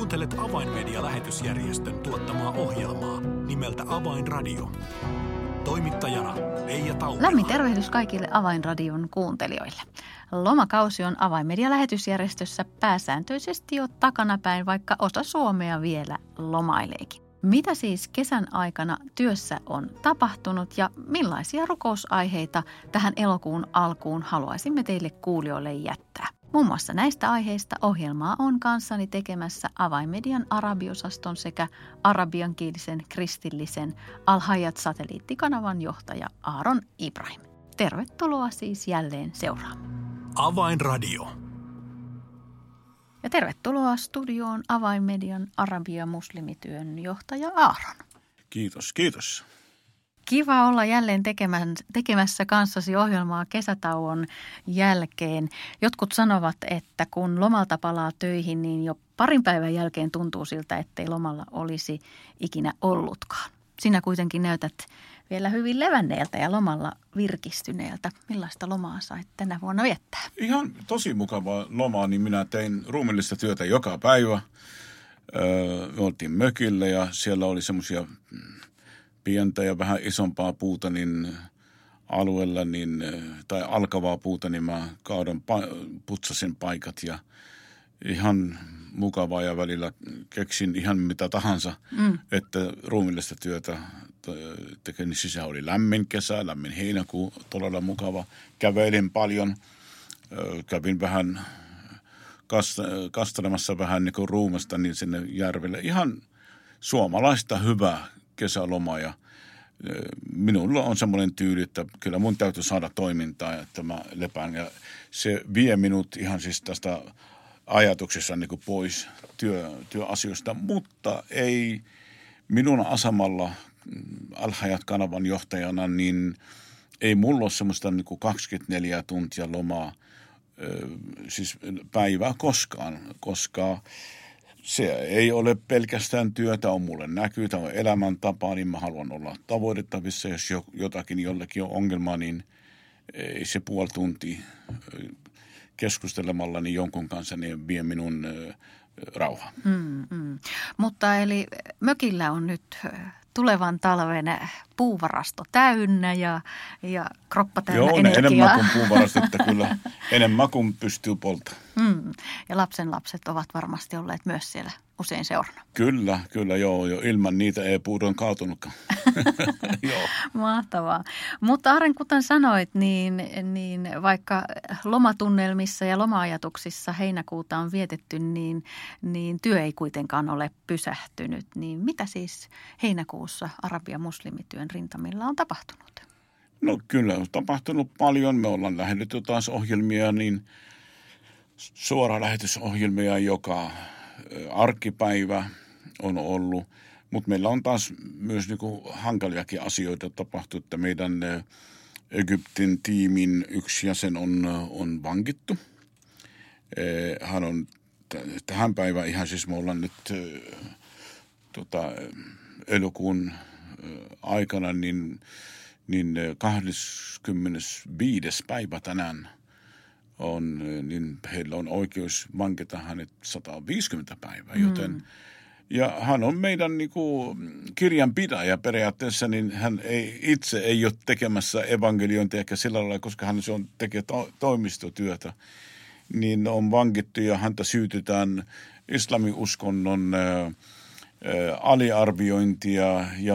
Kuuntelet Avainmedia-lähetysjärjestön tuottamaa ohjelmaa nimeltä Avainradio. Toimittajana Leija Taupila. Lämmin tervehdys kaikille Avainradion kuuntelijoille. Lomakausi on Avainmedia-lähetysjärjestössä pääsääntöisesti jo takanapäin, vaikka osa Suomea vielä lomaileekin. Mitä siis kesän aikana työssä on tapahtunut ja millaisia rukousaiheita tähän elokuun alkuun haluaisimme teille kuulijoille jättää? Muun muassa näistä aiheista ohjelmaa on kanssani tekemässä Avainmedian arabiosaston sekä arabiankielisen kristillisen Al-Hayat-satelliittikanavan johtaja Aaron Ibrahim. Tervetuloa siis jälleen seuraamaan. Avainradio. Ja tervetuloa studioon Avainmedian arabia-muslimityön johtaja Aaron. Kiitos, kiitos. Kiva olla jälleen tekemässä kanssasi ohjelmaa kesätauon jälkeen. Jotkut sanovat, että kun lomalta palaa töihin, niin jo parin päivän jälkeen tuntuu siltä, ettei lomalla olisi ikinä ollutkaan. Sinä kuitenkin näytät vielä hyvin levänneeltä ja lomalla virkistyneeltä. Millaista lomaa sait tänä vuonna viettää? Ihan tosi mukavaa lomaa, niin minä tein ruumillista työtä joka päivä. Me oltiin mökillä ja siellä oli semmoisia pientä ja vähän isompaa puuta niin alueella, niin, tai alkavaa puuta, niin mä putsasin paikat ja ihan mukavaa ja välillä keksin ihan mitä tahansa, että ruumillista työtä tekin sisään oli lämmin kesä, lämmin heinäkuu, todella mukava. Kävelin paljon, kävin vähän kastelemassa vähän niin kuin ruumasta niin sinne järvelle. Ihan suomalaista hyvää kesäloma ja minulla on semmoinen tyyli, että kyllä mun täytyy saada toimintaa, että mä lepään ja se vie minut ihan siis tästä ajatuksessa niin kuin pois työasioista, mutta ei minun asemalla Al-Hayat-kanavan johtajana, niin ei mulla ole semmoista niin kuin 24 tuntia lomaa, siis päivää koskaan, koska se ei ole pelkästään työtä, on mulle näkyy, tämä on elämäntapa, niin mä haluan olla tavoitettavissa. Jos jotakin jollekin on ongelma, niin ei se puoli tuntia keskustelemalla niin jonkun kanssa niin vie minun rauha. Mutta eli mökillä on nyt tulevan talven puuvarasto täynnä ja kroppa täynnä energiaa. Joo, enemmän kuin puuvarastetta kyllä, enemmän kuin pystyy poltamaan. Ja lapsenlapset ovat varmasti olleet myös siellä usein seurana. Kyllä, joo. Ilman niitä ei puudon kaatunutkaan. Joo. Mahtavaa. Mutta Aren, kuten sanoit, niin vaikka lomatunnelmissa ja loma-ajatuksissa heinäkuuta on vietetty, niin työ ei kuitenkaan ole pysähtynyt. Niin mitä siis heinäkuussa arabia-muslimityön rintamilla on tapahtunut? No kyllä on tapahtunut paljon. Me ollaan lähetetty taas ohjelmia, niin suora lähetysohjelmia joka arkipäivä on ollut, mutta meillä on taas myös niinku hankaliakin asioita tapahtunut, että meidän Egyptin tiimin yksi jäsen on vankittu. Hän on tähän päivään ihan siis me ollaan nyt elokuun aikana niin 25. päivä tänään niin heillä on oikeus vankita hänet 150 päivää, joten ja hän on meidän niinku kirjanpitäjä periaatteessa, niin hän ei ole tekemässä evankeliointia ehkä sillä lailla, koska hän tekee toimistotyötä, niin on vankittu ja häntä syytetään islamiuskonnon aliarviointia ja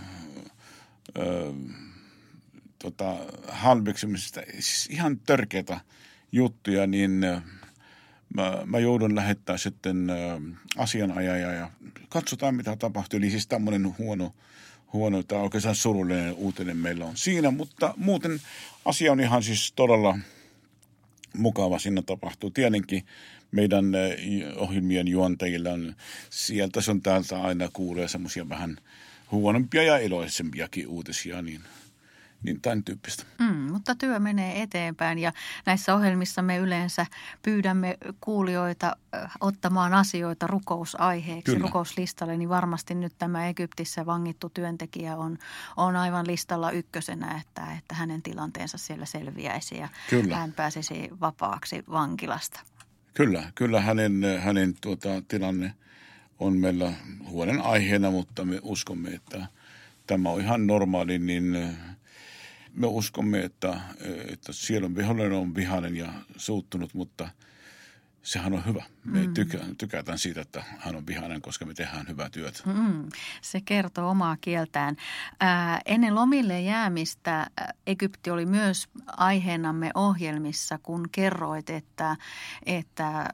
halveksimisesta, siis ihan törkeitä juttuja, niin mä joudun lähettämään sitten asianajaja ja katsotaan mitä tapahtuu. Eli siis tämmöinen huono tai oikeastaan surullinen uutinen meillä on siinä, mutta muuten asia on ihan siis todella mukava. Siinä tapahtuu. Tietenkin meidän ohjelmien juontajilla on sieltä sun täältä aina kuulee semmoisia vähän huonompia ja iloisempiakin uutisia, niin tämän tyyppistä. Mutta työ menee eteenpäin ja näissä ohjelmissa me yleensä pyydämme kuulijoita ottamaan asioita rukousaiheeksi, Kyllä. rukouslistalle, niin varmasti nyt tämä Egyptissä vangittu työntekijä on aivan listalla ykkösenä, että hänen tilanteensa siellä selviäisi ja Kyllä. hän pääsisi vapaaksi vankilasta. Kyllä hänen tilanne on meillä huolen aiheena, mutta me uskomme, että tämä on ihan normaali, niin me uskomme, että sielun vihollinen on vihainen ja suuttunut, mutta sehän on hyvä. Me tykätään siitä, että hän on vihainen, koska me tehdään hyvää työtä. Se kertoo omaa kieltään. Ennen lomille jäämistä Egypti oli myös aiheenamme ohjelmissa, kun kerroit, että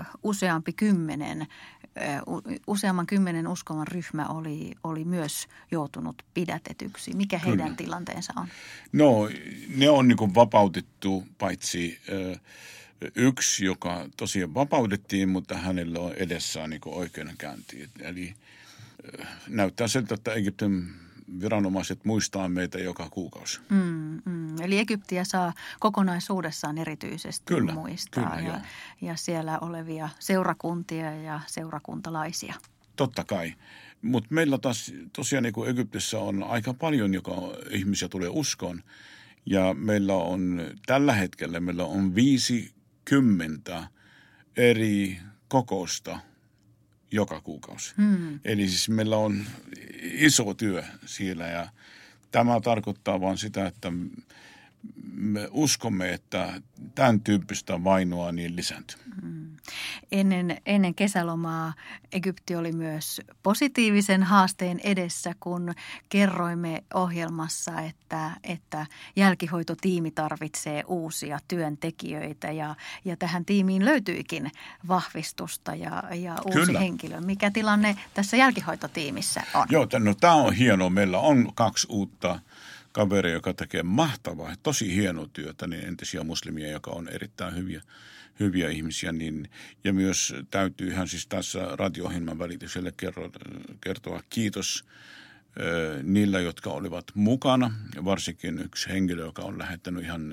useamman 10 uskovan ryhmä oli myös joutunut pidätetyksi. Mikä heidän tilanteensa on? No, ne on niin kuin vapautettu, paitsi yksi, joka tosiaan vapautettiin, mutta hänellä on edessään niin kuin oikeudenkäynti. Eli näyttää siltä, että Egyptin viranomaiset muistaa meitä joka kuukausi. Eli Egyptiä saa kokonaisuudessaan erityisesti muistaa ja siellä olevia seurakuntia ja seurakuntalaisia. Totta kai. Mutta meillä taas tosiaan niin kuin Egyptissä on aika paljon, joka ihmisiä tulee uskoon. Ja meillä on tällä hetkellä 50 eri kokousta joka kuukausi. Eli siis meillä on iso työ siellä ja tämä tarkoittaa vaan sitä, että me uskomme, että tämän tyyppistä vainoa niin lisääntyy. Ennen kesälomaa Egypti oli myös positiivisen haasteen edessä, kun kerroimme ohjelmassa, että jälkihoitotiimi tarvitsee uusia työntekijöitä ja tähän tiimiin löytyikin vahvistusta ja uusi henkilö. Mikä tilanne tässä jälkihoitotiimissä on? Joo, no, tämä on hienoa. Meillä on 2 uutta kaveria, joka tekee mahtavaa, tosi hienoa työtä, niin entisiä muslimia, joka on erittäin hyviä ihmisiä. Niin, ja myös täytyy ihan siis tässä radio-ohjelman välitykselle kertoa kiitos niillä, jotka olivat mukana. Ja varsinkin yksi henkilö, joka on lähettänyt ihan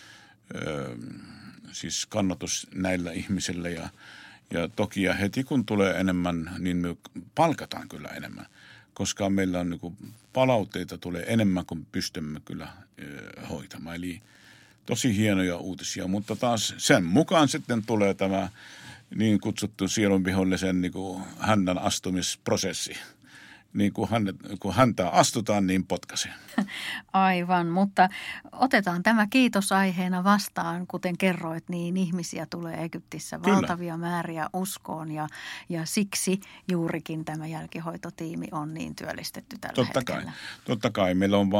siis kannatus näillä ihmisillä. Ja toki ja heti kun tulee enemmän, niin me palkataan kyllä enemmän. Koska meillä on niin palautteita tulee enemmän kuin pystymme kyllä hoitamaan. Eli tosi hienoja uutisia, mutta taas sen mukaan sitten tulee tämä niin kutsuttu sielunvihollisen niin hännän astumisprosessi. Niin kun häntä astutaan, niin potkaisee. Aivan, mutta otetaan tämä kiitosaiheena vastaan. Kuten kerroit, niin ihmisiä tulee Egyptissä valtavia määriä uskoon ja siksi juurikin tämä jälkihoitotiimi on niin työllistetty tällä hetkellä. Totta kai. Meillä on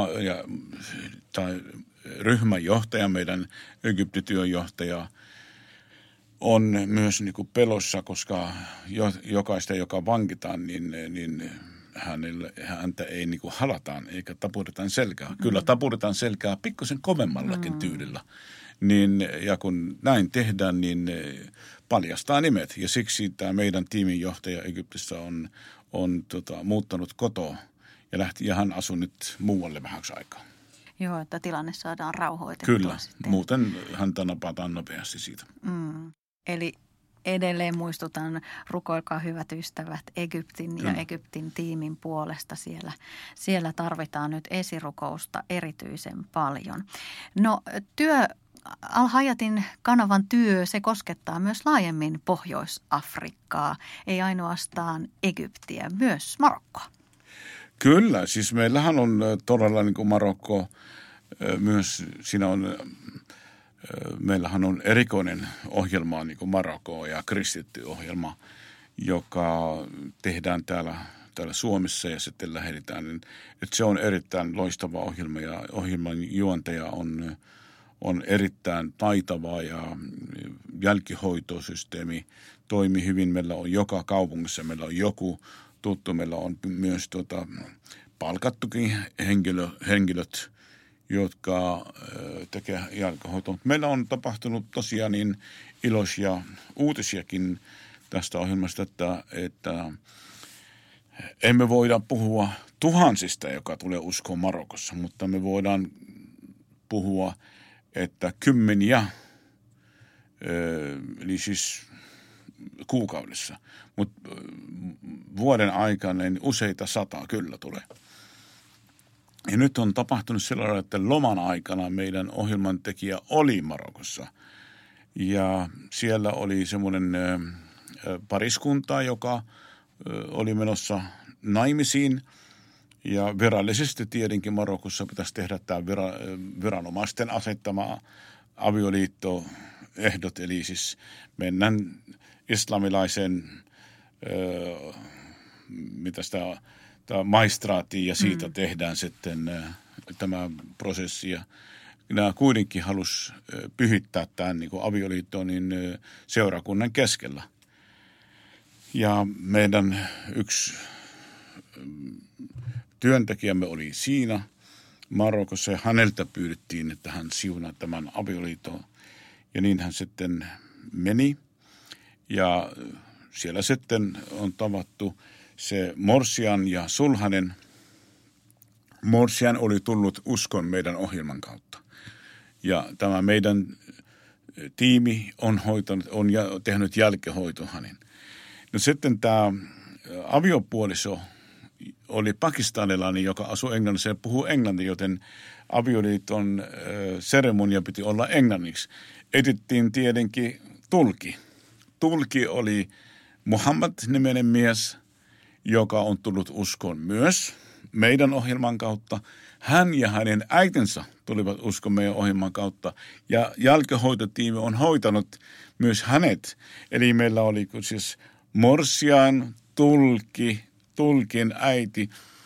ryhmänjohtaja, meidän Egyptityönjohtaja on myös niin kuin pelossa, koska jokaista, joka vankitaan, niin häntä ei niin kuin halataan eikä taputetaan selkää. Kyllä taputetaan selkää pikkusen kovemmallakin tyylillä. Ja kun näin tehdään, niin paljastaa nimet. Ja siksi tämä meidän tiiminjohtaja Egyptissä on muuttanut kotoa ja hän asuu nyt muualle vähäksi aikaa. Joo, että tilanne saadaan rauhoitettua. Kyllä, sitten. Muuten häntä napataan nopeasti siitä. Eli edelleen muistutan, rukoilkaa hyvät ystävät Egyptin ja Egyptin tiimin puolesta. Siellä tarvitaan nyt esirukousta erityisen paljon. No Al-Hayatin kanavan työ, se koskettaa myös laajemmin Pohjois-Afrikkaa, ei ainoastaan Egyptiä, myös Marokkoa. Kyllä, siis meillähän on todella niin kuin Marokko myös, meillähän on erikoinen ohjelma niin kuin Marokko ja kristitty ohjelma, joka tehdään täällä Suomessa ja sitten lähetetään. Että se on erittäin loistava ohjelma ja ohjelman juontaja on erittäin taitava ja jälkihoitosysteemi toimii hyvin. Meillä on joka kaupungissa, meillä on joku tuttu, meillä on myös palkattukin henkilöt, jotka tekee jälkihoitoa. Meillä on tapahtunut tosiaan niin iloisia uutisiakin tästä ohjelmasta, että emme voida puhua tuhansista, joka tulee uskoon Marokossa, mutta me voidaan puhua, että kymmeniä, eli siis kuukaudessa, mutta vuoden aikana niin useita 100 kyllä tulee. Ja nyt on tapahtunut sillä lailla, että loman aikana meidän ohjelmantekijä oli Marokossa. Ja siellä oli semmoinen pariskunta, joka oli menossa naimisiin. Ja virallisesti tietenkin Marokossa pitäisi tehdä tämä viranomaisten asettama avioliittoehdot, eli siis mennään islamilaisen maistraattiin ja siitä tehdään sitten tämä prosessi. Ja nämä kuitenkin halusi pyhittää tämän niin kuin avioliittoon niin seurakunnan keskellä. Ja meidän yksi työntekijämme oli siinä Marokossa ja häneltä pyydettiin, että hän siunaa tämän avioliiton. Ja niin hän sitten meni. Ja siellä sitten on tavattu se morsian ja sulhanen. Morsian oli tullut uskon meidän ohjelman kautta. Ja tämä meidän tiimi on tehnyt jälkehoito hänen. No sitten tämä aviopuoliso oli pakistanilainen, joka asui Englannissa ja puhuu englantia, joten avioliiton seremonia piti olla englanniksi. Etittiin tietenkin tulki. Tulki oli Muhammad-niminen mies, joka on tullut uskoon myös meidän ohjelman kautta. Hän ja hänen äitinsä tulivat uskoon meidän ohjelman kautta ja jälkehoitotiimi on hoitanut myös hänet. Eli meillä oli siis morsian, tulkin äiti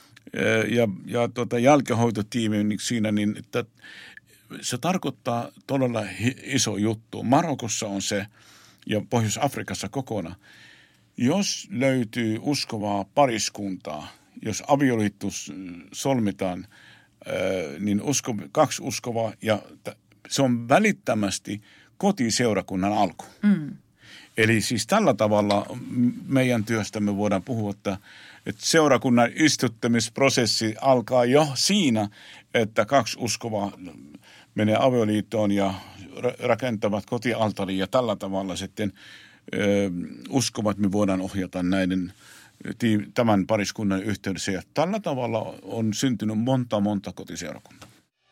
ja jälkehoitotiimi niin siinä, niin että se tarkoittaa todella iso juttu. Marokossa on se ja Pohjois-Afrikassa kokonaan. Jos löytyy uskovaa pariskuntaa, jos avioliitto solmitaan, niin kaksi uskovaa ja se on välittömästi kotiseurakunnan alku. Eli siis tällä tavalla meidän työstämme voidaan puhua, että seurakunnan istuttamisprosessi alkaa jo siinä, että kaksi uskovaa menee avioliittoon ja rakentavat kotialtarin ja tällä tavalla sitten uskovat, me voidaan ohjata tämän pariskunnan yhteydessä. Ja tällä tavalla on syntynyt monta kotiseurakuntaa.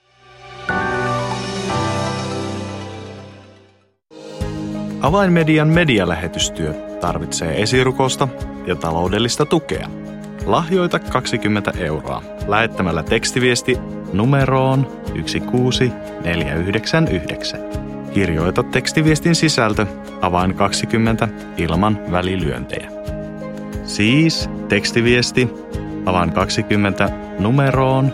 Avainmedian medialähetystyö tarvitsee esirukousta ja taloudellista tukea. Lahjoita 20 € lähettämällä tekstiviesti numeroon 16499. Kirjoita tekstiviestin sisältö avain 20 ilman välilyöntejä. Siis tekstiviesti avain 20 numeroon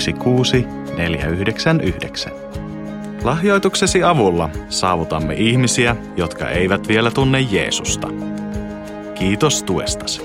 16499. Lahjoituksesi avulla saavutamme ihmisiä, jotka eivät vielä tunne Jeesusta. Kiitos tuestasi.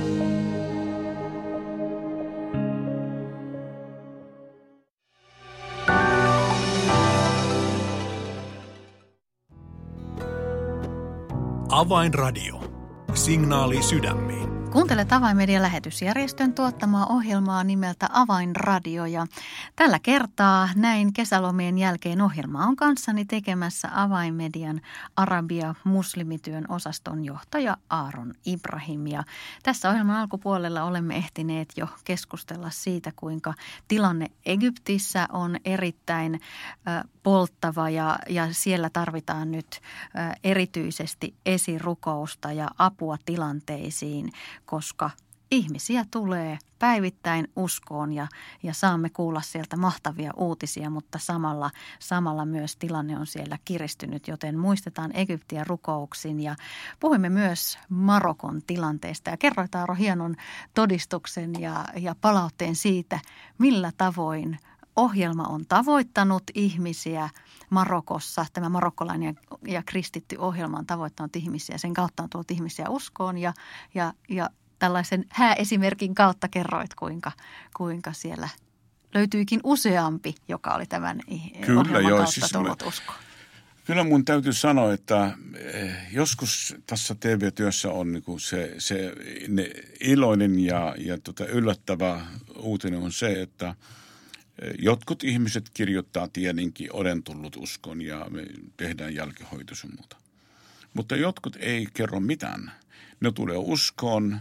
Avainradio. Signaali sydämiin. Kuuntelet Avainmedian lähetysjärjestön tuottamaa ohjelmaa nimeltä Avainradio ja tällä kertaa näin kesälomien jälkeen ohjelma on kanssani tekemässä Avainmedian arabia-muslimityön osaston johtaja Aaron Ibrahim. Ja tässä ohjelman alkupuolella olemme ehtineet jo keskustella siitä, kuinka tilanne Egyptissä on erittäin polttava ja siellä tarvitaan nyt erityisesti esirukousta ja apua tilanteisiin, koska ihmisiä tulee päivittäin uskoon ja saamme kuulla sieltä mahtavia uutisia, mutta samalla myös tilanne on siellä kiristynyt, joten muistetaan Egyptiä rukouksin ja puhumme myös Marokon tilanteesta ja kerroit Aaro hienon todistuksen ja palautteen siitä, millä tavoin ohjelma on tavoittanut ihmisiä Marokossa. Tämä marokkolainen ja kristitty ohjelma on tavoittanut ihmisiä. Sen kautta on tullut ihmisiä uskoon ja tällaisen hääesimerkin kautta kerroit, kuinka siellä löytyykin useampi, joka oli tämän ohjelman kautta tullut uskoon. Kyllä mun täytyy sanoa, että joskus tässä TV-työssä on niinku se iloinen ja yllättävä uutinen on se, että jotkut ihmiset kirjoittaa tietenkin, olen tullut uskon ja me tehdään jälkihoito sun muuta. Mutta jotkut ei kerro mitään. Ne tulee uskoon,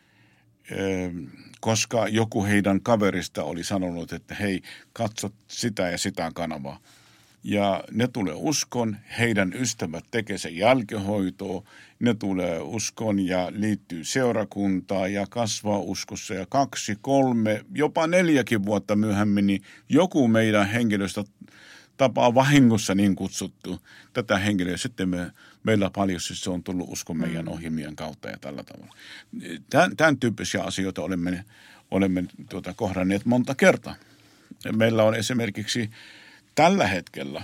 koska joku heidän kaverista oli sanonut, että hei, katso sitä ja sitä kanavaa. Ja ne tulee uskon, heidän ystävät tekee sen jälkihoitoa, ne tulee uskon ja liittyy seurakuntaan ja kasvaa uskossa. Ja 2, 3, jopa 4 vuotta myöhemmin, niin joku meidän henkilöstä tapaa vahingossa niin kutsuttu tätä henkilöä. Sitten meillä paljon se on tullut uskon meidän ohjelmien kautta ja tällä tavalla. Tämän tyyppisiä asioita olemme kohdanneet monta kertaa. Meillä on esimerkiksi tällä hetkellä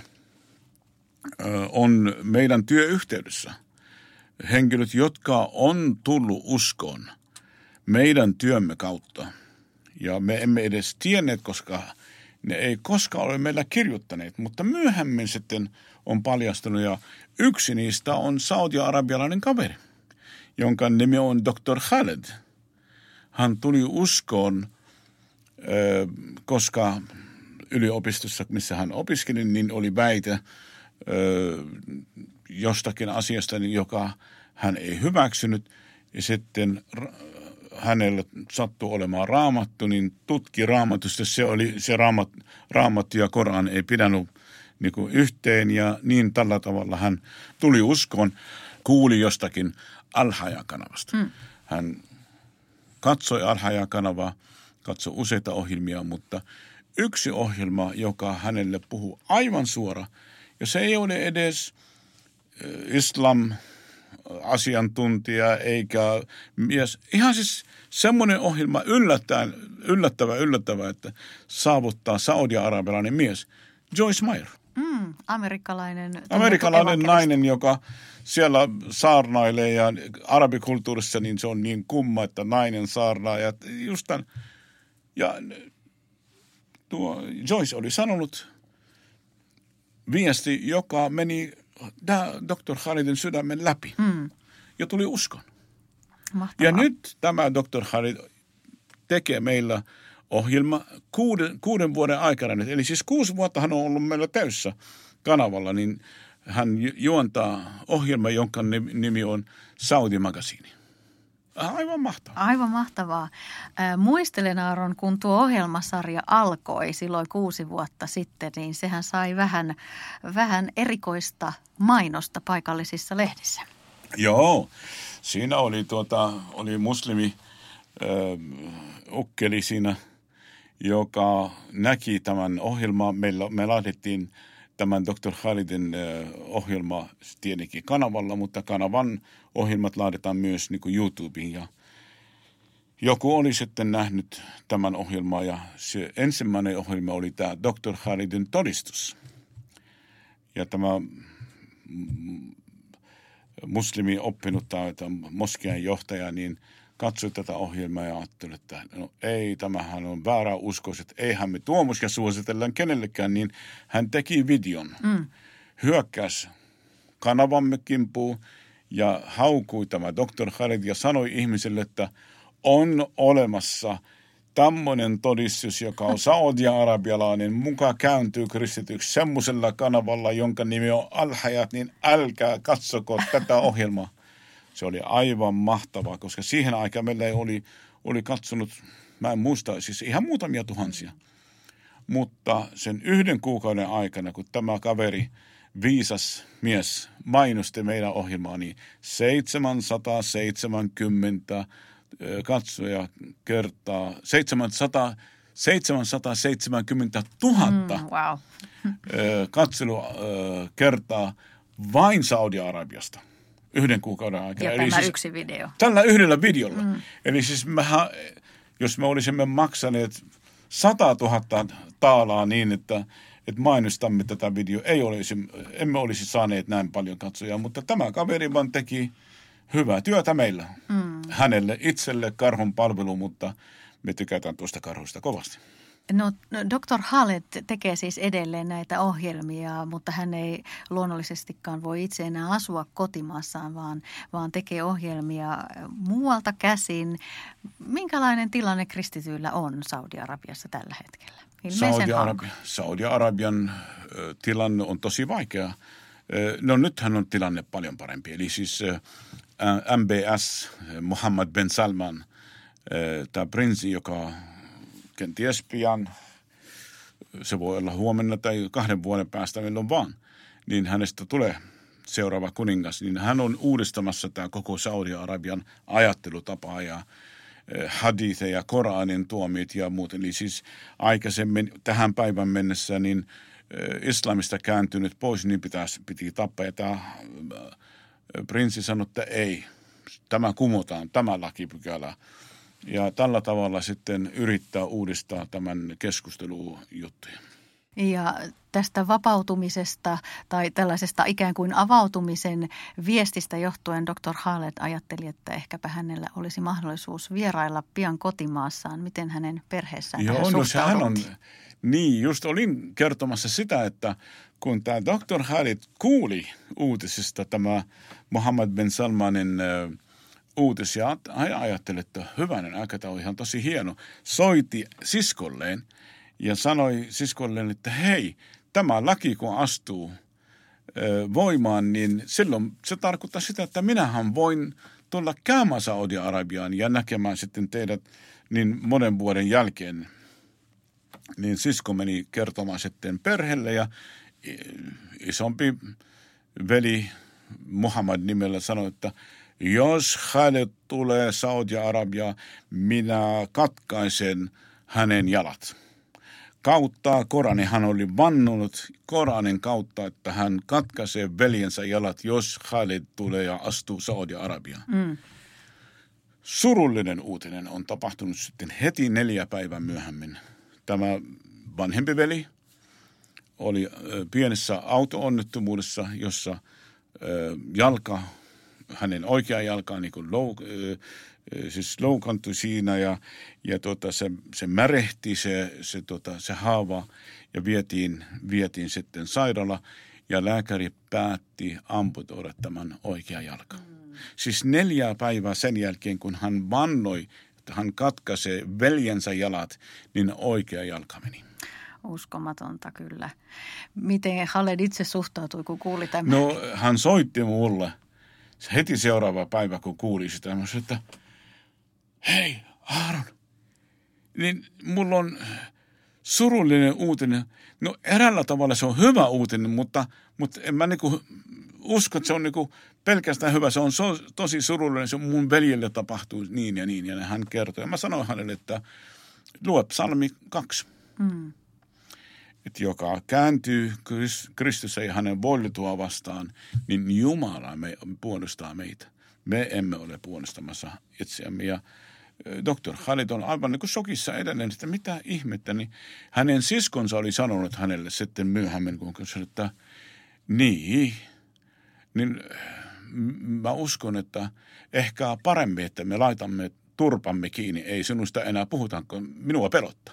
on meidän työyhteydessä henkilöt, jotka on tullut uskoon meidän työmme kautta. Ja me emme edes tienneet, koska ne ei koskaan ole meillä kirjoittaneet, mutta myöhemmin sitten on paljastunut. Ja yksi niistä on saudi-arabialainen kaveri, jonka nimi on Dr. Khaled. Hän tuli uskoon, koska yliopistossa, missä hän opiskeli, niin oli väite jostakin asiasta, joka hän ei hyväksynyt. Ja sitten hänellä sattui olemaan raamattu, niin tutki raamatusta. Se raamattu ja Koran ei pidänyt niin kuin yhteen ja niin tällä tavalla hän tuli uskoon, kuuli jostakin Al-Haya-kanavasta. Hän katsoi Al-Haya-kanavaa, katsoi useita ohjelmia, mutta yksi ohjelma, joka hänelle puhuu aivan suora, ja se ei ole edes islam-asiantuntija eikä mies. Ihan siis semmoinen ohjelma yllättävä, että saavuttaa saudi-arabialainen mies, Joyce Meyer. Amerikkalainen nainen, joka siellä saarnailee ja arabikulttuurissa niin se on niin kumma, että nainen saarnaa. Ja tuo Joyce oli sanonut viesti, joka meni Dr. Khalidin sydämen läpi ja tuli uskon. Mahtavaa. Ja nyt tämä Dr. Khalid tekee meillä ohjelma 6 vuoden aikana nyt. Eli siis 6 vuotta hän on ollut meillä täyssä kanavalla, niin hän juontaa ohjelma, jonka nimi on Saudi-magasiini. Aivan mahtavaa. Aivan mahtavaa. Muistelen, Aaron, kun tuo ohjelmasarja alkoi silloin 6 vuotta sitten, niin sehän sai vähän erikoista mainosta paikallisissa lehdissä. Joo, siinä oli muslimi ukkeli siinä, joka näki tämän ohjelman. Me laitettiin tämän Dr. Khalidin ohjelma tietenkin kanavalla, mutta kanavan ohjelmat laitetaan myös niin kuin YouTubeen. Ja joku oli sitten nähnyt tämän ohjelman ja se ensimmäinen ohjelma oli tämä Dr. Khalidin todistus. Ja tämä muslimi oppinut tai moskian johtaja niin katsoi tätä ohjelmaa ja ajatteli, että no ei, tämähän on väärä uskos, että eihän me tuommoisia suositellaan kenellekään, niin hän teki videon, hyökkäsi kanavamme kimpuun ja haukui tämä Dr. Khalid ja sanoi ihmisille, että on olemassa tämmöinen todistus, joka on saudi-arabialainen, muka kääntyy kristityksi semmoisella kanavalla, jonka nimi on Al-Hayat, niin älkää katsoko tätä ohjelmaa. Se oli aivan mahtavaa, koska siihen aikaan meillä oli katsonut, mä en muista, siis ihan muutamia tuhansia. Mutta sen 1 kuukauden aikana, kun tämä kaveri, viisas mies, mainosti meidän ohjelmaa, niin 770 katsoja kertaa, 770 000 katselua kertaa vain Saudi-Arabiasta. 1 kuukauden aikana. Ja eli tämä siis yksi video. Tällä yhdellä videolla. Eli siis jos me olisimme maksaneet 100 000 taalaa niin, että mainostamme tätä videoa, emme olisi saaneet näin paljon katsojaa, mutta tämä kaveri vaan teki hyvää työtä meillä. Hänelle itselle karhun palvelu, mutta me tykätään tuosta karhusta kovasti. No, Dr. Khaled tekee siis edelleen näitä ohjelmia, mutta hän ei luonnollisestikaan voi itse enää asua kotimaassaan, vaan tekee ohjelmia muualta käsin. Minkälainen tilanne kristityillä on Saudi-Arabiassa tällä hetkellä? Saudi-Arabian tilanne on tosi vaikea. No nythän on tilanne paljon parempi. Eli siis MBS, Mohammed bin Salman, tämä prinssi, joka kenties pian se voi olla huomenna tai 2 vuoden päästä milloin vaan, niin hänestä tulee seuraava kuningas, niin hän on uudistamassa tämä koko Saudi-Arabian ajattelutapaa ja haditheja, Koranin tuomit ja muut. Eli siis aikaisemmin tähän päivän mennessä niin islamista kääntynyt pois, niin piti tappaa. Ja tämä prinssi sanoi, että ei, tämä kumotaan, tämä lakipykälä. Ja tällä tavalla sitten yrittää uudistaa tämän keskustelujuttuja. Ja tästä vapautumisesta tai tällaisesta ikään kuin avautumisen viestistä johtuen Dr. Khaled ajatteli, että ehkäpä hänellä olisi mahdollisuus vierailla pian kotimaassaan. Miten hänen perheessään suhtaudut? Niin, just olin kertomassa sitä, että kun tämä Dr. Khaled kuuli uutisista tämä Mohammed bin Salmanin uutisia, hän ajatteli, että hyvänen aika, tämä on ihan tosi hieno. Soiti siskolleen ja sanoi siskolleen, että hei, tämä laki kun astuu voimaan, niin silloin se tarkoittaa sitä, että minähän voin tulla käymään Saudi-Arabiaan ja näkemään sitten teidät niin monen vuoden jälkeen. Niin sisko meni kertomaan sitten perheelle ja isompi veli Muhammad nimellä sanoi, että jos Khaled tulee Saudi-Arabiaan, minä katkaisen hänen jalat. Kautta Koranin hän oli vannunut Koranin kautta, että hän katkaisee veljensä jalat, jos Khaled tulee ja astuu Saudi-Arabiaan. Surullinen uutinen on tapahtunut sitten heti 4 päivää myöhemmin. Tämä vanhempi veli oli pienessä auto-onnettomuudessa, jossa hänen oikea jalka niin kuin loukantui siinä ja se märehti se haava ja vietiin sitten sairaala ja lääkäri päätti amputoida tämän oikea jalka. Siis 4 päivää sen jälkeen, kun hän vannoi, että hän katkaisee veljensä jalat, niin oikea jalka meni. Uskomatonta kyllä. Miten Khaled itse suhtautui, kun kuuli tämän? No, hän soitti mulle heti seuraava päivä, kun kuuli sitä. Mä sanoin, että hei, Aaron, niin mulla on surullinen uutinen. No, eräällä tavalla se on hyvä uutinen, mutta en mä niinku usko, että se on niinku pelkästään hyvä. Se on tosi surullinen. Se on mun veljelle tapahtuu niin ja niin. Ja hän kertoi. Ja mä sanoin hänelle, että lue psalmi 2. Että joka kääntyy Kristusta ja hänen voitua vastaan, niin Jumala puolustaa meitä. Me emme ole puolustamassa itseämme. Ja Dr. Khaled on aivan niin kuin shokissa edelleen, että mitä ihmettä. Niin hänen siskonsa oli sanonut hänelle sitten myöhemmin, kun sanoi, että niin mä uskon, että ehkä paremmin, että me laitamme turpamme kiinni. Ei sinusta enää puhuta, kun minua pelottaa.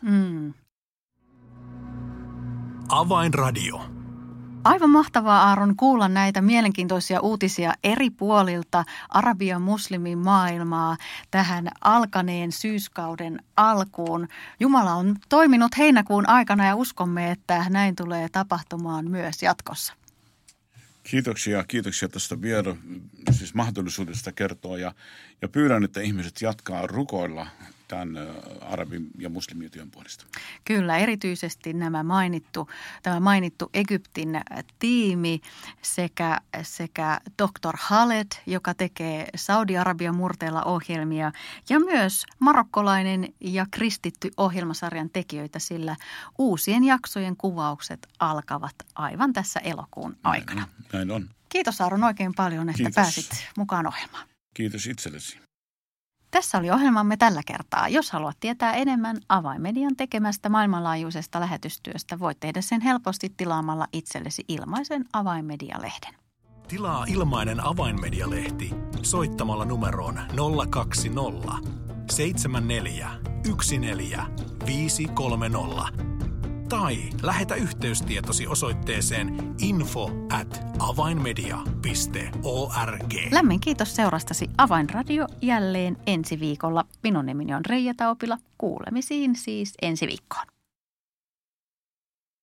Avainradio. Aivan mahtavaa, Aaron, kuulla näitä mielenkiintoisia uutisia eri puolilta Arabian muslimimaailmaa tähän alkaneen syyskauden alkuun. Jumala on toiminut heinäkuun aikana ja uskomme, että näin tulee tapahtumaan myös jatkossa. Kiitoksia tästä siis mahdollisuudesta kertoa ja pyydän, että ihmiset jatkaa rukoilla tämän arabi- ja muslimityön puolesta. Kyllä, erityisesti tämä mainittu Egyptin tiimi sekä Dr. Khaled, joka tekee Saudi-Arabian murteella ohjelmia, ja myös marokkolainen ja kristitty ohjelmasarjan tekijöitä, sillä uusien jaksojen kuvaukset alkavat aivan tässä elokuun aikana. Näin on. Kiitos, Aaron, oikein paljon, että pääsit mukaan ohjelmaan. Kiitos itsellesi. Tässä oli ohjelmamme tällä kertaa. Jos haluat tietää enemmän Avainmedian tekemästä maailmanlaajuisesta lähetystyöstä, voit tehdä sen helposti tilaamalla itsellesi ilmaisen Avainmedia-lehden. Tilaa ilmainen Avainmedia-lehti soittamalla numeroon 020 74 14 530 tai lähetä yhteystietosi osoitteeseen info@avainmedia.org. Lämmin kiitos seurastasi. Avainradio jälleen ensi viikolla. Minun nimeni on Reija Taupila. Kuulemisiin siis ensi viikkoon.